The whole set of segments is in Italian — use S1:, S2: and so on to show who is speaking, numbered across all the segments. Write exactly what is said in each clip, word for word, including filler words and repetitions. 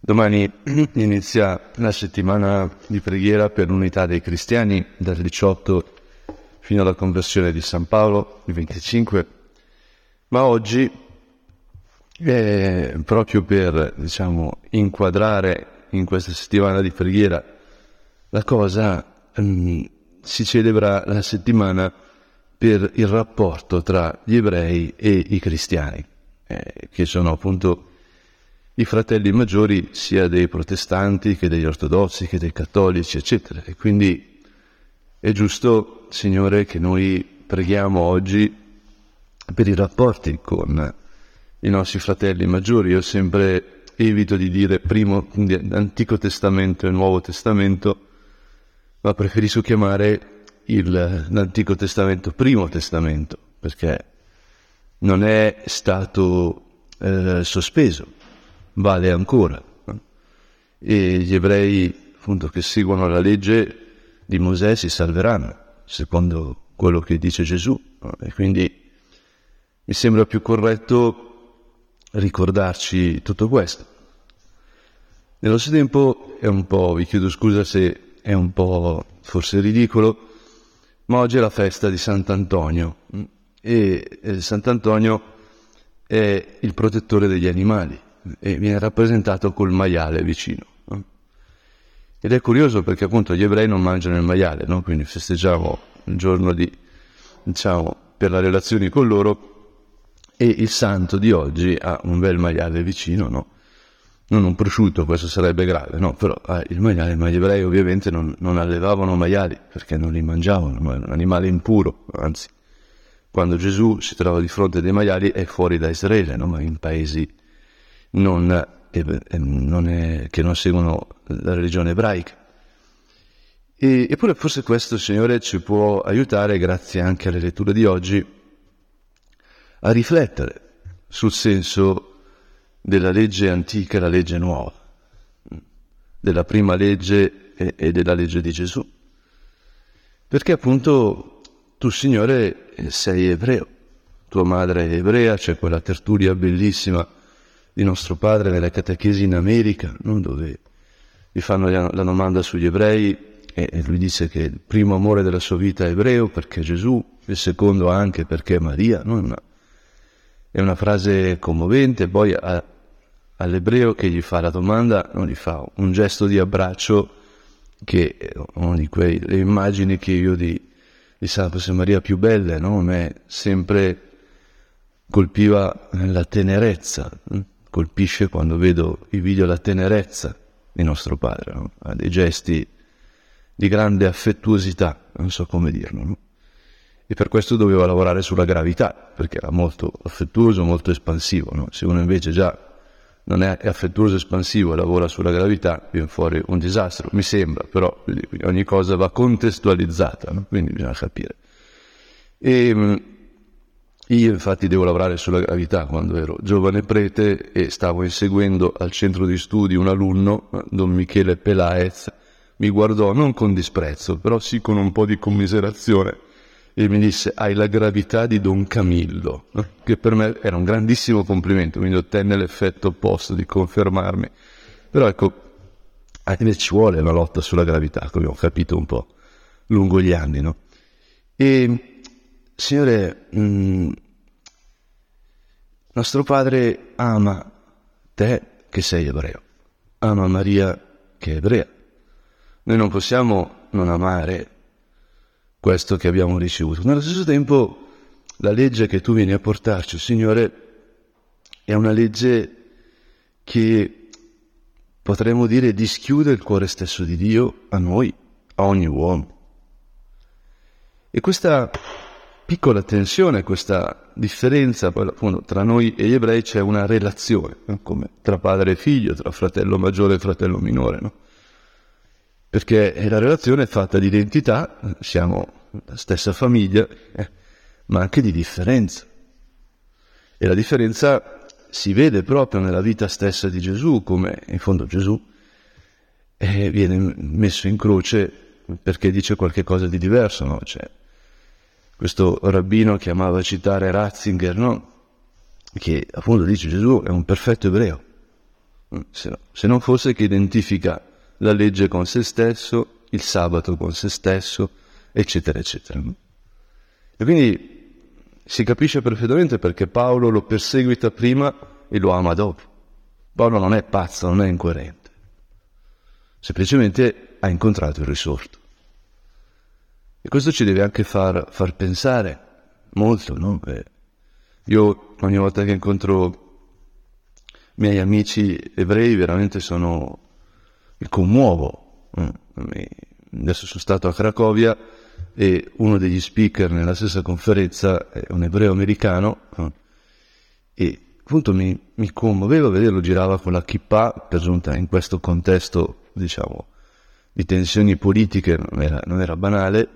S1: Domani inizia la settimana di preghiera per l'unità dei cristiani, dal diciotto fino alla conversione di San Paolo, il venticinque, ma oggi, eh, proprio per, diciamo, inquadrare in questa settimana di preghiera la cosa, ehm, si celebra la settimana per il rapporto tra gli ebrei e i cristiani, eh, che sono appunto i fratelli maggiori sia dei protestanti che degli ortodossi che dei cattolici, eccetera. E quindi è giusto, Signore, che noi preghiamo oggi per i rapporti con i nostri fratelli maggiori. Io sempre evito di dire primo Antico Testamento e Nuovo Testamento, ma preferisco chiamare il, l'Antico Testamento Primo Testamento, perché non è stato eh, sospeso, vale ancora. No? E gli ebrei, appunto, che seguono la legge di Mosè si salveranno, secondo quello che dice Gesù. No? E quindi mi sembra più corretto ricordarci tutto questo. Nello stesso tempo è un po', vi chiedo scusa se è un po' forse ridicolo, ma oggi è la festa di Sant'Antonio e eh, Sant'Antonio è il protettore degli animali e viene rappresentato col maiale vicino. No? Ed è curioso perché appunto gli ebrei non mangiano il maiale, no? Quindi festeggiamo il giorno di, diciamo, per le relazioni con loro, e il santo di oggi ha un bel maiale vicino, no? Non un prosciutto, questo sarebbe grave, no? Però eh, il maiale, ma gli ebrei ovviamente non, non allevavano maiali perché non li mangiavano, no? Era un animale impuro, anzi, quando Gesù si trova di fronte dei maiali è fuori da Israele, no? Ma in paesi non, eh, non è, che non seguono la religione ebraica. E, eppure forse questo, Signore, ci può aiutare, grazie anche alle letture di oggi, a riflettere sul senso della legge antica e la legge nuova, della prima legge e, e della legge di Gesù. Perché appunto tu, Signore, sei ebreo, tua madre è ebrea, c'è quella tertulia bellissima di nostro padre nella catechesi in America, no? Dove gli fanno la domanda sugli ebrei e, e lui dice che il primo amore della sua vita è ebreo perché Gesù, il secondo anche perché Maria, no? Una, è una frase commovente. Poi a, all'ebreo che gli fa la domanda non gli fa un gesto di abbraccio che è una di quelle immagini che io di, di Santa Maria più belle, no? A me sempre colpiva la tenerezza, colpisce quando vedo i video la tenerezza di nostro padre, no? Ha dei gesti di grande affettuosità, non so come dirlo, no? E per questo doveva lavorare sulla gravità, perché era molto affettuoso, molto espansivo, no? Se uno invece già non è affettuoso e espansivo e lavora sulla gravità, viene fuori un disastro, mi sembra, però ogni cosa va contestualizzata, no? Quindi bisogna capire. E io infatti devo lavorare sulla gravità. Quando ero giovane prete e stavo inseguendo al centro di studi un alunno, Don Michele Pelaez, mi guardò non con disprezzo, però sì con un po' di commiserazione, e mi disse: hai la gravità di Don Camillo, che per me era un grandissimo complimento, quindi ottenne l'effetto opposto di confermarmi. Però ecco, anche ci vuole una lotta sulla gravità, come ho capito un po' lungo gli anni, no? E Signore, mh, nostro Padre ama te che sei ebreo, ama Maria che è ebrea. Noi non possiamo non amare questo che abbiamo ricevuto. Nello stesso tempo, la legge che tu vieni a portarci, Signore, è una legge che potremmo dire dischiude il cuore stesso di Dio a noi, a ogni uomo. E questa piccola tensione, questa differenza, poi appunto tra noi e gli ebrei c'è una relazione, no? Come tra padre e figlio, tra fratello maggiore e fratello minore, no? Perché la relazione è fatta di identità, siamo la stessa famiglia, eh, ma anche di differenza. E la differenza si vede proprio nella vita stessa di Gesù, come in fondo Gesù eh, viene messo in croce perché dice qualche cosa di diverso, no? C'è questo rabbino che amava citare Ratzinger, no? Che appunto dice: Gesù è un perfetto ebreo, se, no, se non fosse che identifica la legge con se stesso, il sabato con se stesso, eccetera, eccetera. E quindi si capisce perfettamente perché Paolo lo perseguita prima e lo ama dopo. Paolo non è pazzo, non è incoerente. Semplicemente ha incontrato il risorto. E questo ci deve anche far, far pensare molto, no? Eh, io ogni volta che incontro miei amici ebrei veramente sono, mi commuovo. Adesso sono stato a Cracovia e uno degli speaker nella stessa conferenza è un ebreo americano e appunto mi, mi commuoveva vederlo, girava con la kippah, per giunta in questo contesto, diciamo, di tensioni politiche, non era, non era banale,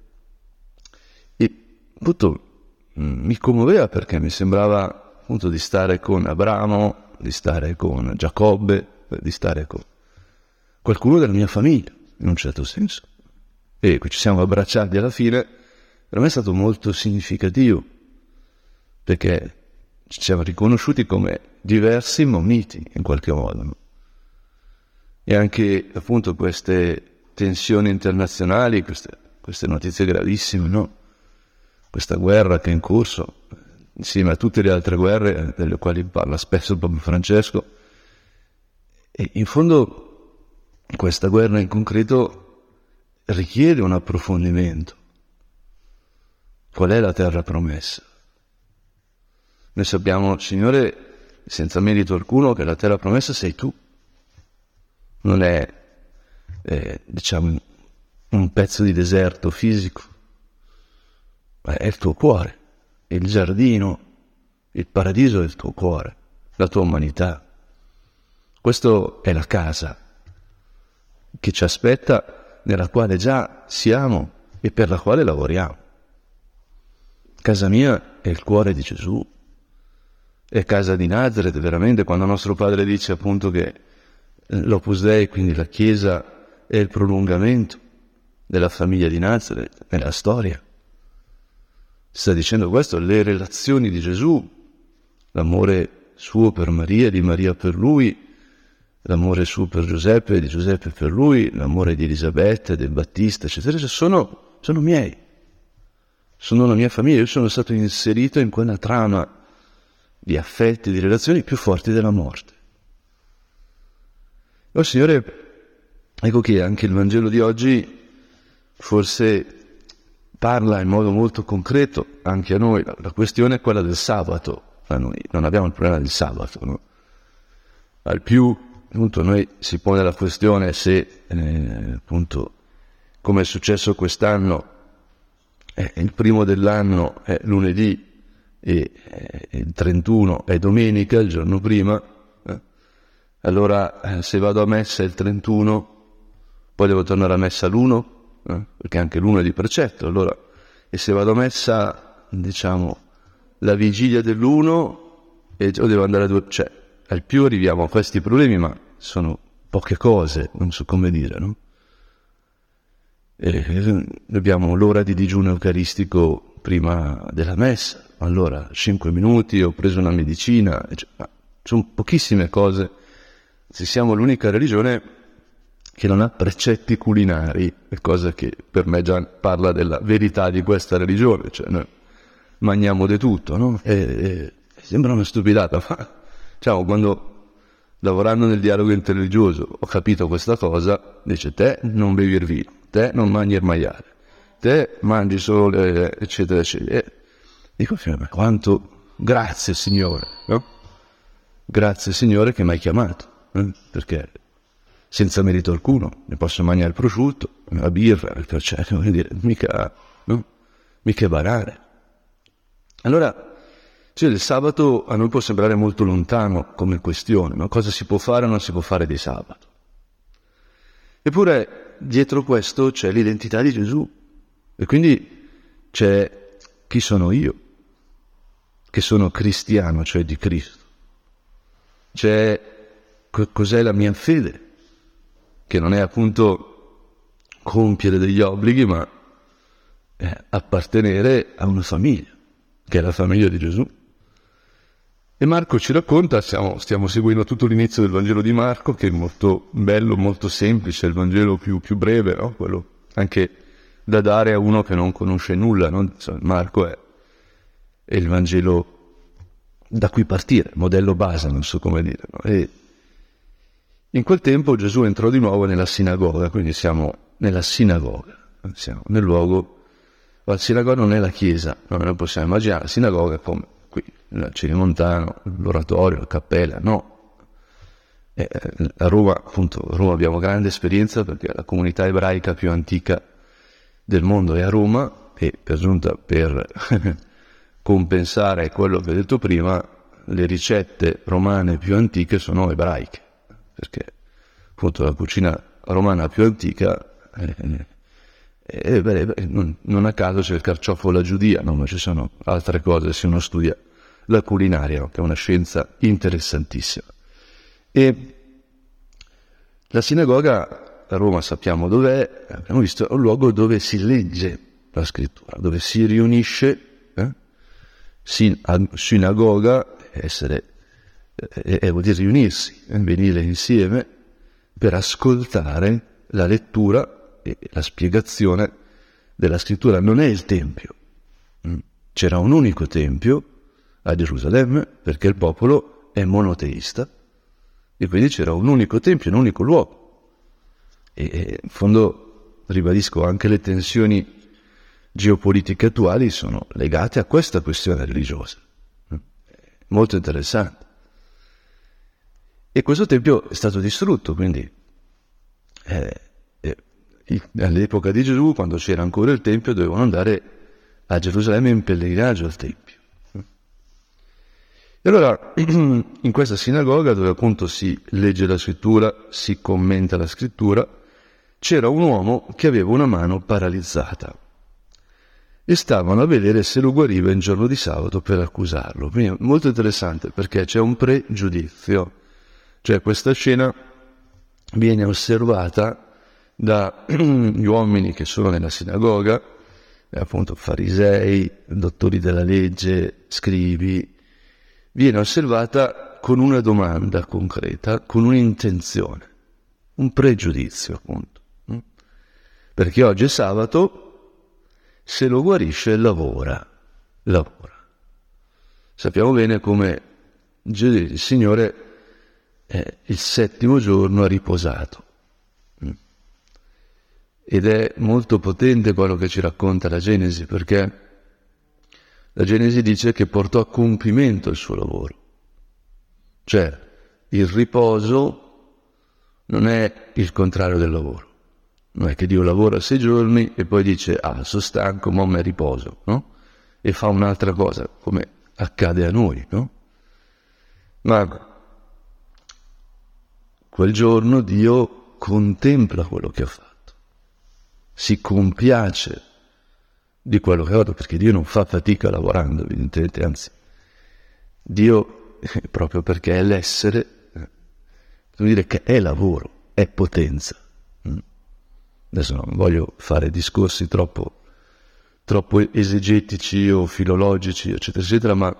S1: e appunto mi commuoveva perché mi sembrava appunto di stare con Abramo, di stare con Giacobbe, di stare con qualcuno della mia famiglia, in un certo senso. E ci siamo abbracciati alla fine, per me è stato molto significativo, perché ci siamo riconosciuti come diversi ma uniti in qualche modo, no? E anche appunto queste tensioni internazionali, queste, queste notizie gravissime, no? Questa guerra che è in corso, insieme a tutte le altre guerre delle quali parla spesso Papa Francesco, e in fondo questa guerra in concreto richiede un approfondimento. Qual è la terra promessa? Noi sappiamo, Signore, senza merito alcuno, che la terra promessa sei tu. Non è, eh, diciamo, un pezzo di deserto fisico, ma è il tuo cuore, il giardino, il paradiso è il tuo cuore, la tua umanità. Questa è la casa che ci aspetta, nella quale già siamo e per la quale lavoriamo. Casa mia è il cuore di Gesù, è casa di Nazareth, veramente, quando nostro padre dice appunto che l'Opus Dei, quindi la Chiesa, è il prolungamento della famiglia di Nazareth nella storia. Sta dicendo questo, le relazioni di Gesù, l'amore suo per Maria, di Maria per lui, l'amore suo per Giuseppe, di Giuseppe per lui, l'amore di Elisabetta, del Battista, eccetera, sono, sono miei, sono la mia famiglia. Io sono stato inserito in quella trama di affetti, di relazioni più forti della morte. Oh Signore, ecco che anche il Vangelo di oggi forse parla in modo molto concreto anche a noi. La questione è quella del sabato, ma noi non abbiamo il problema del sabato, no? Al più, appunto, noi si pone la questione se, eh, appunto, come è successo quest'anno, eh, il primo dell'anno è lunedì e eh, il trentuno è domenica, il giorno prima, eh? Allora eh, se vado a messa il trentuno, poi devo tornare a messa l'uno, eh? perché anche l'uno è di precetto, allora, e se vado a messa, diciamo, la vigilia dell'uno, e o devo andare a due, cioè, al più arriviamo a questi problemi, ma sono poche cose, non so come dire, no? E abbiamo l'ora di digiuno eucaristico prima della messa, allora cinque minuti, ho preso una medicina, cioè, sono pochissime cose. Se siamo l'unica religione che non ha precetti culinari, è cosa che per me già parla della verità di questa religione, cioè noi mangiamo di tutto, no? E, e sembra una stupidata, ma diciamo, quando lavorando nel dialogo interreligioso ho capito questa cosa, dice te non bevi il vino, te non mangi il maiale, te mangi solo le, eccetera eccetera. E dico, ma quanto grazie Signore, no? Grazie Signore che mi hai chiamato, eh? Perché senza merito alcuno ne posso mangiare il prosciutto, la birra, il cioè, vuol dire, mica, no? Mica banale. Allora, cioè, il sabato a noi può sembrare molto lontano come questione, ma cosa si può fare o non si può fare di sabato? Eppure dietro questo c'è l'identità di Gesù e quindi c'è chi sono io, che sono cristiano, cioè di Cristo. C'è co- cos'è la mia fede, che non è appunto compiere degli obblighi, ma è appartenere a una famiglia, che è la famiglia di Gesù. E Marco ci racconta, stiamo, stiamo seguendo tutto l'inizio del Vangelo di Marco, che è molto bello, molto semplice, il Vangelo più, più breve, no? Quello anche da dare a uno che non conosce nulla, no? Insomma, Marco è, è il Vangelo da cui partire, modello base, non so come dire, no? E in quel tempo Gesù entrò di nuovo nella sinagoga, quindi siamo nella sinagoga, siamo nel luogo, la sinagoga non è la chiesa, no? Noi possiamo immaginare la sinagoga come qui, il Cinemontano, l'oratorio, la cappella, no. E a Roma, appunto, a Roma abbiamo grande esperienza perché la comunità ebraica più antica del mondo è a Roma e per giunta per compensare quello che ho detto prima, le ricette romane più antiche sono ebraiche, perché appunto la cucina romana più antica eh, eh, beh, non, non a caso c'è il carciofo alla giudia, no? Ma ci sono altre cose se uno studia la culinaria, no? Che è una scienza interessantissima. E la sinagoga a Roma sappiamo dov'è, abbiamo visto, è un luogo dove si legge la scrittura, dove si riunisce, eh? Sin, sinagoga, essere, eh, eh, vuol dire riunirsi, eh? Venire insieme per ascoltare la lettura e la spiegazione della scrittura. Non è il Tempio, c'era un unico Tempio a Gerusalemme perché il popolo è monoteista e quindi c'era un unico Tempio, un unico luogo. E in fondo, ribadisco, anche le tensioni geopolitiche attuali sono legate a questa questione religiosa, molto interessante. E questo Tempio è stato distrutto, quindi eh, eh, all'epoca di Gesù, quando c'era ancora il Tempio, dovevano andare a Gerusalemme in pellegrinaggio al Tempio. E allora, in questa sinagoga, dove appunto si legge la scrittura, si commenta la scrittura, c'era un uomo che aveva una mano paralizzata e stavano a vedere se lo guariva in giorno di sabato per accusarlo. Quindi è molto interessante perché c'è un pregiudizio, cioè questa scena viene osservata dagli uomini che sono nella sinagoga, appunto farisei, dottori della legge, scribi, viene osservata con una domanda concreta, con un'intenzione, un pregiudizio appunto. Perché oggi è sabato, se lo guarisce lavora, lavora. Sappiamo bene come Gesù, il Signore, eh, il settimo giorno ha riposato. Ed è molto potente quello che ci racconta la Genesi, perché la Genesi dice che portò a compimento il suo lavoro. Cioè, il riposo non è il contrario del lavoro. Non è che Dio lavora sei giorni e poi dice, ah, sono stanco, mo me riposo, no? E fa un'altra cosa, come accade a noi, no? Ma quel giorno Dio contempla quello che ha fatto, si compiace di quello che ha fatto, perché Dio non fa fatica lavorando, evidentemente, anzi, Dio, proprio perché è l'essere, eh, devo dire che è lavoro, è potenza. Mm. Adesso non voglio fare discorsi troppo, troppo esegetici o filologici, eccetera, eccetera, ma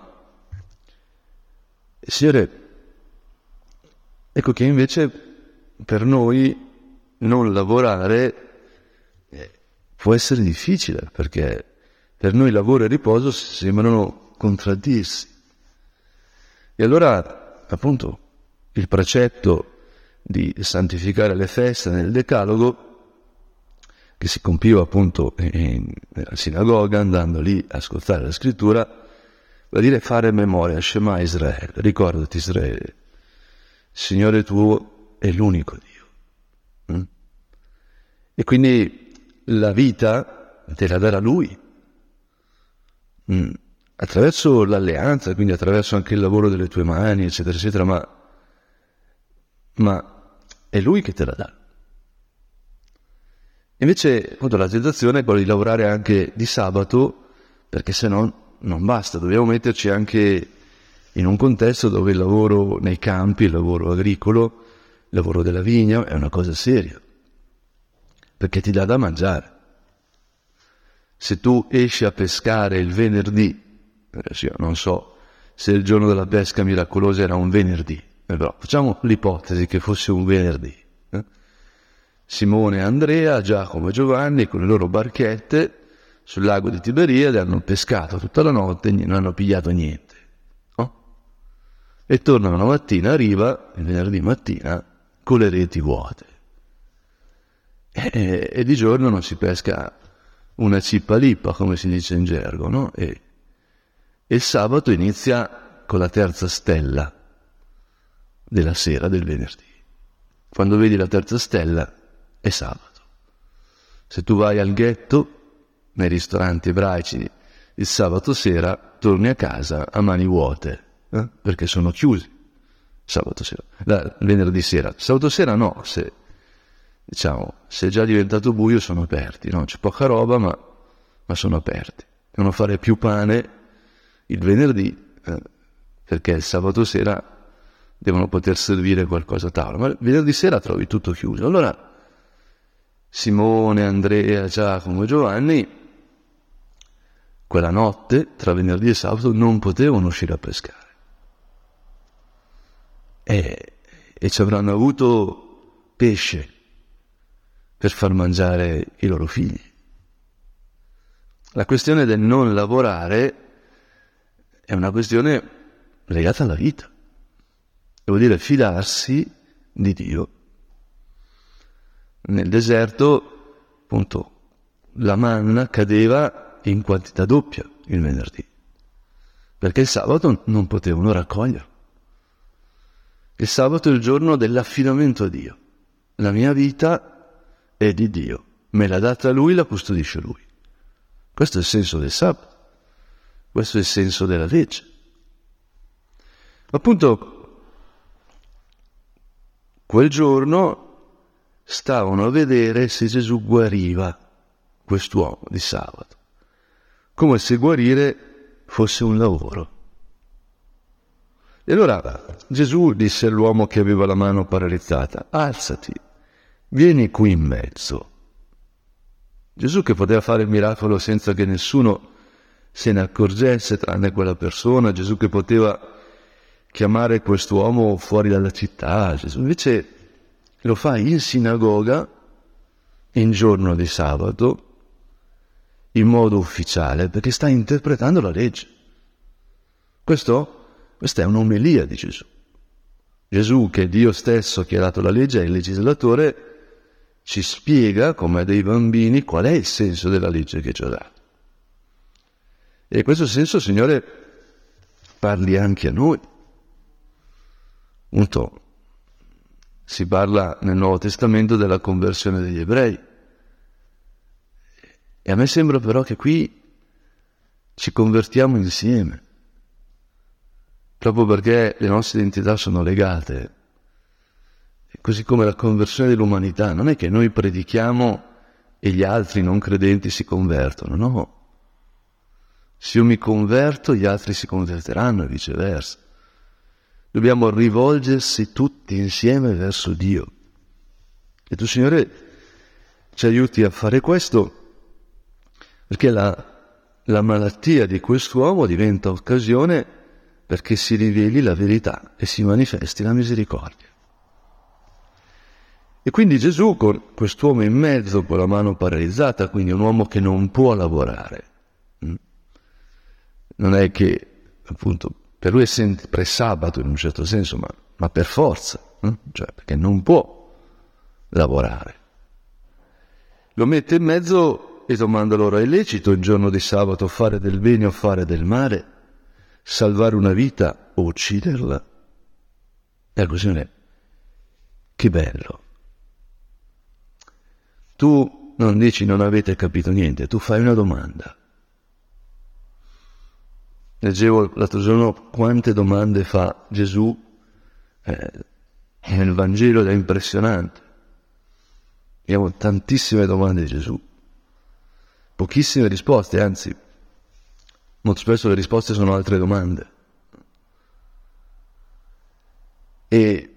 S1: Signore, ecco che invece per noi non lavorare eh, può essere difficile, perché per noi lavoro e riposo sembrano contraddirsi. E allora, appunto, il precetto di santificare le feste nel Decalogo, che si compiva appunto in, nella sinagoga, andando lì a ascoltare la scrittura, vuol dire fare memoria, Shema Israele, ricordati Israele, il Signore tuo è l'unico Dio. Mm? E quindi la vita te la darà Lui, mm. attraverso l'alleanza, quindi attraverso anche il lavoro delle tue mani, eccetera, eccetera, ma, ma è Lui che te la dà. Invece, appunto, la tentazione è quella di lavorare anche di sabato, perché se no non basta, dobbiamo metterci anche in un contesto dove il lavoro nei campi, il lavoro agricolo, il lavoro della vigna è una cosa seria, perché ti dà da mangiare. Se tu esci a pescare il venerdì, adesso io non so se il giorno della pesca miracolosa era un venerdì, però facciamo l'ipotesi che fosse un venerdì. Eh? Simone, Andrea, Giacomo e Giovanni con le loro barchette sul lago di Tiberiade hanno pescato tutta la notte e non hanno pigliato niente. No? E tornano la mattina a riva, il venerdì mattina, con le reti vuote. E, e di giorno non si pesca una cippa lippa, come si dice in gergo, no? E, e il sabato inizia con la terza stella della sera del venerdì. Quando vedi la terza stella è sabato. Se tu vai al ghetto, nei ristoranti ebraici, il sabato sera torni a casa a mani vuote, eh? Perché sono chiusi sabato sera, la, venerdì sera. Sabato sera no, se diciamo se è già diventato buio sono aperti, no? C'è poca roba ma, ma sono aperti. Devono fare più pane il venerdì eh, perché il sabato sera devono poter servire qualcosa a tavola, ma il venerdì sera trovi tutto chiuso. Allora Simone, Andrea, Giacomo e Giovanni quella notte, tra venerdì e sabato, non potevano uscire a pescare. E, e ci avranno avuto pesce per far mangiare i loro figli. La questione del non lavorare è una questione legata alla vita. Vuol dire fidarsi di Dio. Nel deserto, appunto, la manna cadeva in quantità doppia il venerdì, perché il sabato non potevano raccoglierlo. Il sabato è il giorno dell'affidamento a Dio. La mia vita è di Dio, me l'ha data Lui, la custodisce Lui. Questo è il senso del sabato, questo è il senso della legge. Appunto, quel giorno stavano a vedere se Gesù guariva quest'uomo di sabato, come se guarire fosse un lavoro. E allora Gesù disse all'uomo che aveva la mano paralizzata: alzati, vieni qui in mezzo. Gesù, che poteva fare il miracolo senza che nessuno se ne accorgesse tranne quella persona, Gesù che poteva chiamare quest'uomo fuori dalla città, Gesù invece lo fa in sinagoga in giorno di sabato in modo ufficiale, perché sta interpretando la legge. Questo, questa è un'omelia di Gesù. Gesù, che è Dio stesso che ha dato la legge, è il legislatore, ci spiega come a dei bambini qual è il senso della legge che ci ha dato. E in questo senso, Signore, parli anche a noi. Appunto, si parla nel Nuovo Testamento della conversione degli ebrei. E a me sembra però che qui ci convertiamo insieme, proprio perché le nostre identità sono legate. Così come la conversione dell'umanità, non è che noi predichiamo e gli altri non credenti si convertono, no. Se io mi converto, gli altri si converteranno e viceversa. Dobbiamo rivolgersi tutti insieme verso Dio. E tu, Signore, ci aiuti a fare questo, perché la, la malattia di quest'uomo diventa occasione perché si riveli la verità e si manifesti la misericordia. E quindi Gesù, con quest'uomo in mezzo, con la mano paralizzata, quindi un uomo che non può lavorare, non è che, appunto, per lui è sempre sabato in un certo senso, ma, ma per forza, cioè perché non può lavorare. Lo mette in mezzo e domanda loro: è lecito il giorno di sabato fare del bene o fare del male, salvare una vita o ucciderla? E la questione è: che bello. Tu non dici non avete capito niente, tu fai una domanda. Leggevo l'altro giorno quante domande fa Gesù eh, nel Vangelo, ed è impressionante. Abbiamo tantissime domande di Gesù, pochissime risposte, anzi, molto spesso le risposte sono altre domande. E,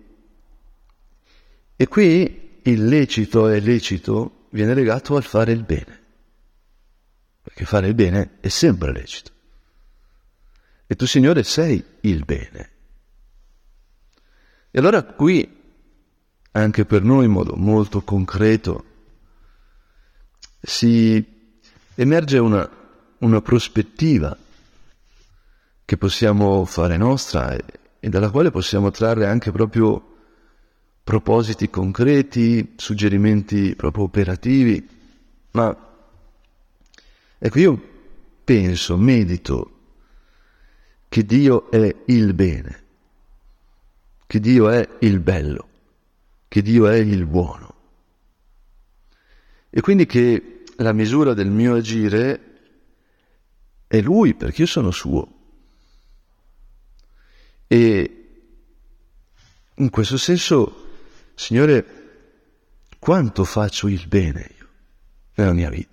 S1: e qui il lecito e lecito viene legato al fare il bene, perché fare il bene è sempre lecito. E tu, Signore, sei il bene. E allora qui, anche per noi in modo molto concreto, si emerge una, una prospettiva che possiamo fare nostra e, e dalla quale possiamo trarre anche proprio propositi concreti, suggerimenti proprio operativi. Ma ecco, io penso, medito che Dio è il bene, che Dio è il bello, che Dio è il buono. E quindi che la misura del mio agire è Lui, perché io sono suo. E in questo senso, Signore, quanto faccio il bene io nella mia vita?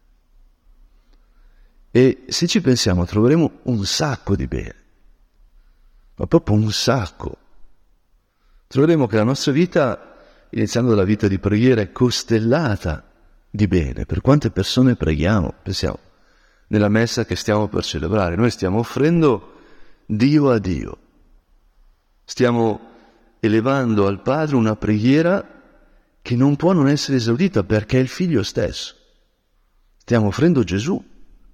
S1: E se ci pensiamo troveremo un sacco di bene, ma proprio un sacco. Troveremo che la nostra vita, iniziando dalla vita di preghiera, è costellata di bene. Per quante persone preghiamo? Pensiamo, nella messa che stiamo per celebrare, noi stiamo offrendo Dio a Dio. Stiamo elevando al Padre una preghiera che non può non essere esaudita perché è il Figlio stesso. Stiamo offrendo Gesù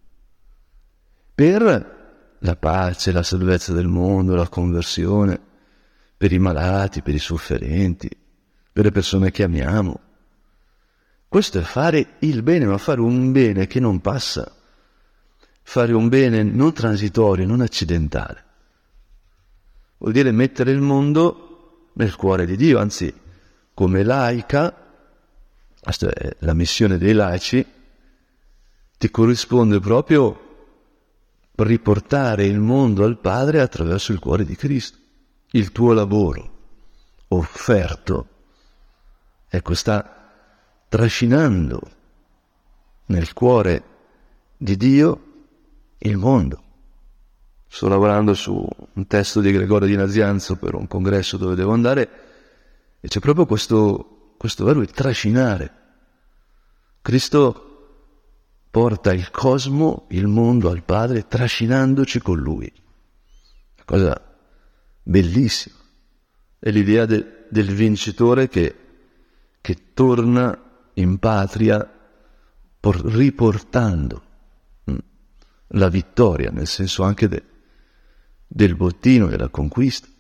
S1: per la pace, la salvezza del mondo, la conversione, per i malati, per i sofferenti, per le persone che amiamo. Questo è fare il bene, ma fare un bene che non passa, fare un bene non transitorio, non accidentale. Vuol dire mettere il mondo nel cuore di Dio, anzi, come laica, questa è la missione dei laici, ti corrisponde proprio riportare il mondo al Padre attraverso il cuore di Cristo. Il tuo lavoro offerto, ecco, sta trascinando nel cuore di Dio il mondo. Sto lavorando su un testo di Gregorio di Nazianzo per un congresso dove devo andare e c'è proprio questo, questo verbo di trascinare. Cristo porta il cosmo, il mondo al Padre, trascinandoci con Lui. Una cosa bellissima. È l'idea de, del vincitore che, che torna in patria por, riportando mh, la vittoria, nel senso anche de, del bottino, della conquista.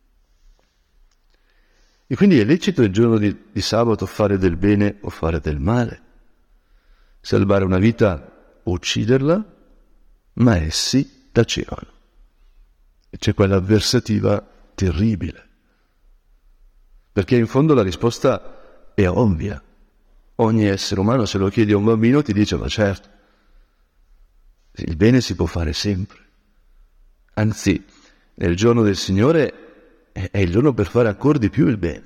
S1: E quindi è licito il giorno di, di sabato fare del bene o fare del male, salvare una vita o ucciderla, ma essi tacevano. E c'è quella avversativa terribile, perché in fondo la risposta è ovvia. Ogni essere umano, se lo chiedi a un bambino, ti dice: ma certo, il bene si può fare sempre. Anzi, nel giorno del Signore è il giorno per fare ancora di più il bene.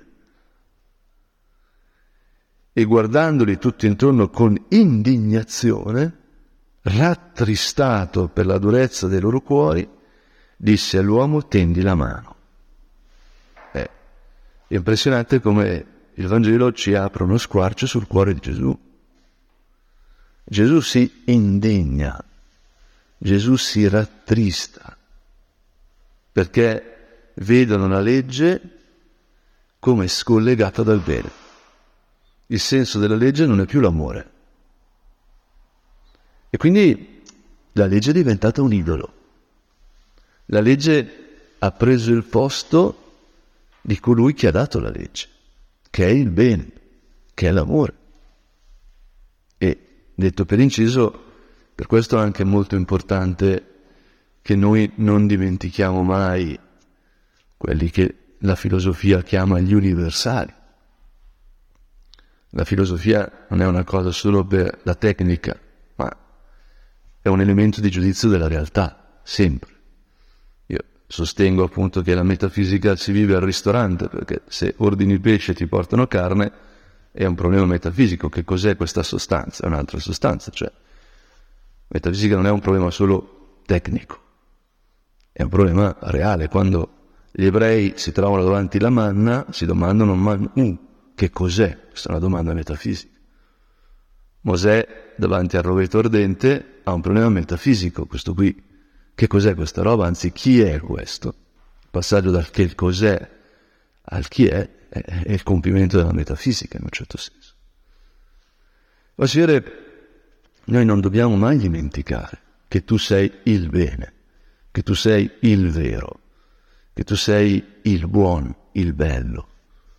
S1: E guardandoli tutti intorno con indignazione, rattristato per la durezza dei loro cuori, disse all'uomo: tendi la mano. Eh, è impressionante come il Vangelo ci apre uno squarcio sul cuore di Gesù. Gesù si indigna, Gesù si rattrista, perché vedono la legge come scollegata dal bene. Il senso della legge non è più l'amore. E quindi la legge è diventata un idolo. La legge ha preso il posto di colui che ha dato la legge, che è il bene, che è l'amore. E, detto per inciso, per questo è anche molto importante che noi non dimentichiamo mai quelli che la filosofia chiama gli universali. La filosofia non è una cosa solo per la tecnica, ma è un elemento di giudizio della realtà, sempre. Io sostengo appunto che la metafisica si vive al ristorante, perché se ordini pesce e ti portano carne è un problema metafisico. Che cos'è questa sostanza? È un'altra sostanza, cioè metafisica non è un problema solo tecnico, è un problema reale. Quando gli ebrei si trovano davanti alla manna, si domandano: ma uh, che cos'è? Questa è una domanda metafisica. Mosè davanti al roveto ardente ha un problema metafisico, questo qui che cos'è questa roba, anzi chi è questo. Il passaggio dal che cos'è al chi è è, è il compimento della metafisica in un certo senso. Ma Signore, noi non dobbiamo mai dimenticare che tu sei il bene, che tu sei il vero, che tu sei il buono, il bello.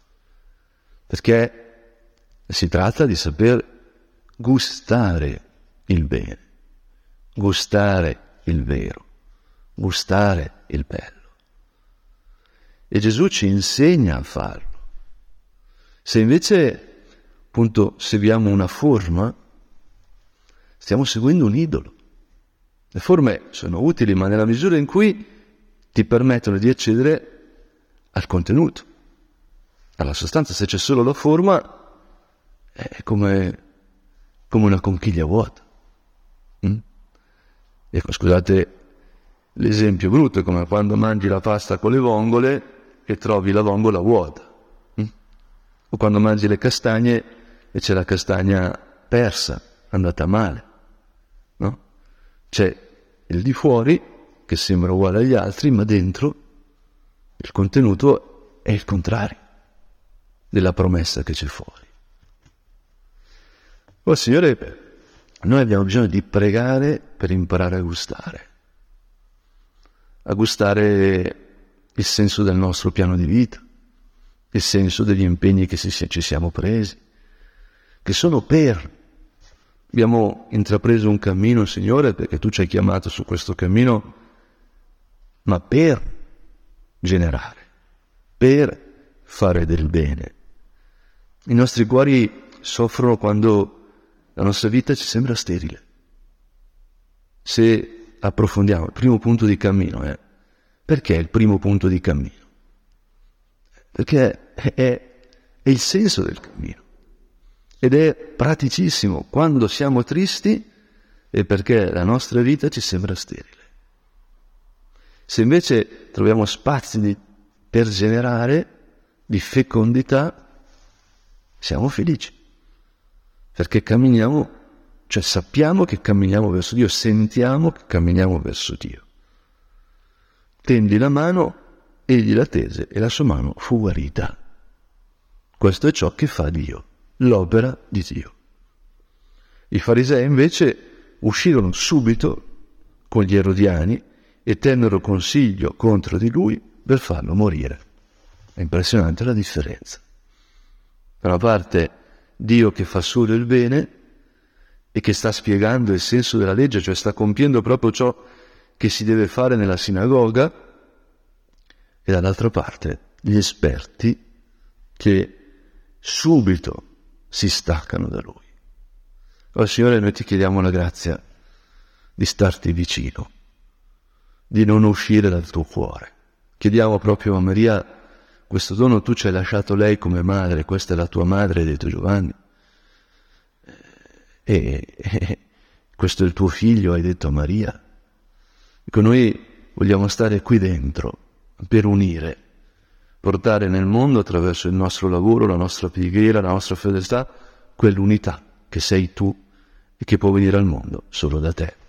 S1: Perché si tratta di saper gustare il bene, gustare il vero, gustare il bello. E Gesù ci insegna a farlo. Se invece, appunto, seguiamo una forma, stiamo seguendo un idolo. Le forme sono utili, ma nella misura in cui ti permettono di accedere al contenuto, alla sostanza. Se c'è solo la forma, è come, come una conchiglia vuota. Mm? Ecco, scusate l'esempio brutto, è come quando mangi la pasta con le vongole e trovi la vongola vuota. Mm? O quando mangi le castagne e c'è la castagna persa, andata male. No? C'è il di fuori che sembra uguale agli altri, ma dentro il contenuto è il contrario della promessa che c'è fuori. Oh Signore, noi abbiamo bisogno di pregare per imparare a gustare, a gustare il senso del nostro piano di vita, il senso degli impegni che ci siamo presi, che sono per. Abbiamo intrapreso un cammino, Signore, perché Tu ci hai chiamato su questo cammino, ma per generare, per fare del bene. I nostri cuori soffrono quando la nostra vita ci sembra sterile. Se approfondiamo il primo punto di cammino, eh, perché è il primo punto di cammino? Perché è, è, è il senso del cammino. Ed è praticissimo. Quando siamo tristi è perché la nostra vita ci sembra sterile. Se invece troviamo spazi di, per generare, di fecondità, siamo felici. Perché camminiamo, cioè sappiamo che camminiamo verso Dio, sentiamo che camminiamo verso Dio. Tendi la mano, egli la tese e la sua mano fu guarita. Questo è ciò che fa Dio. L'opera di Dio. I farisei invece uscirono subito con gli erodiani e tennero consiglio contro di lui per farlo morire. È impressionante la differenza. Da una parte Dio che fa solo il bene e che sta spiegando il senso della legge, cioè sta compiendo proprio ciò che si deve fare nella sinagoga, e dall'altra parte gli esperti che subito si staccano da Lui. Oh Signore, noi ti chiediamo la grazia di starti vicino, di non uscire dal tuo cuore. Chiediamo proprio a Maria, questo dono tu ci hai lasciato lei come madre, questa è la tua madre, hai detto Giovanni, e, e questo è il tuo figlio, hai detto Maria. Ecco, noi vogliamo stare qui dentro per unire, portare nel mondo attraverso il nostro lavoro, la nostra preghiera, la nostra fedeltà, quell'unità che sei tu e che può venire al mondo solo da te.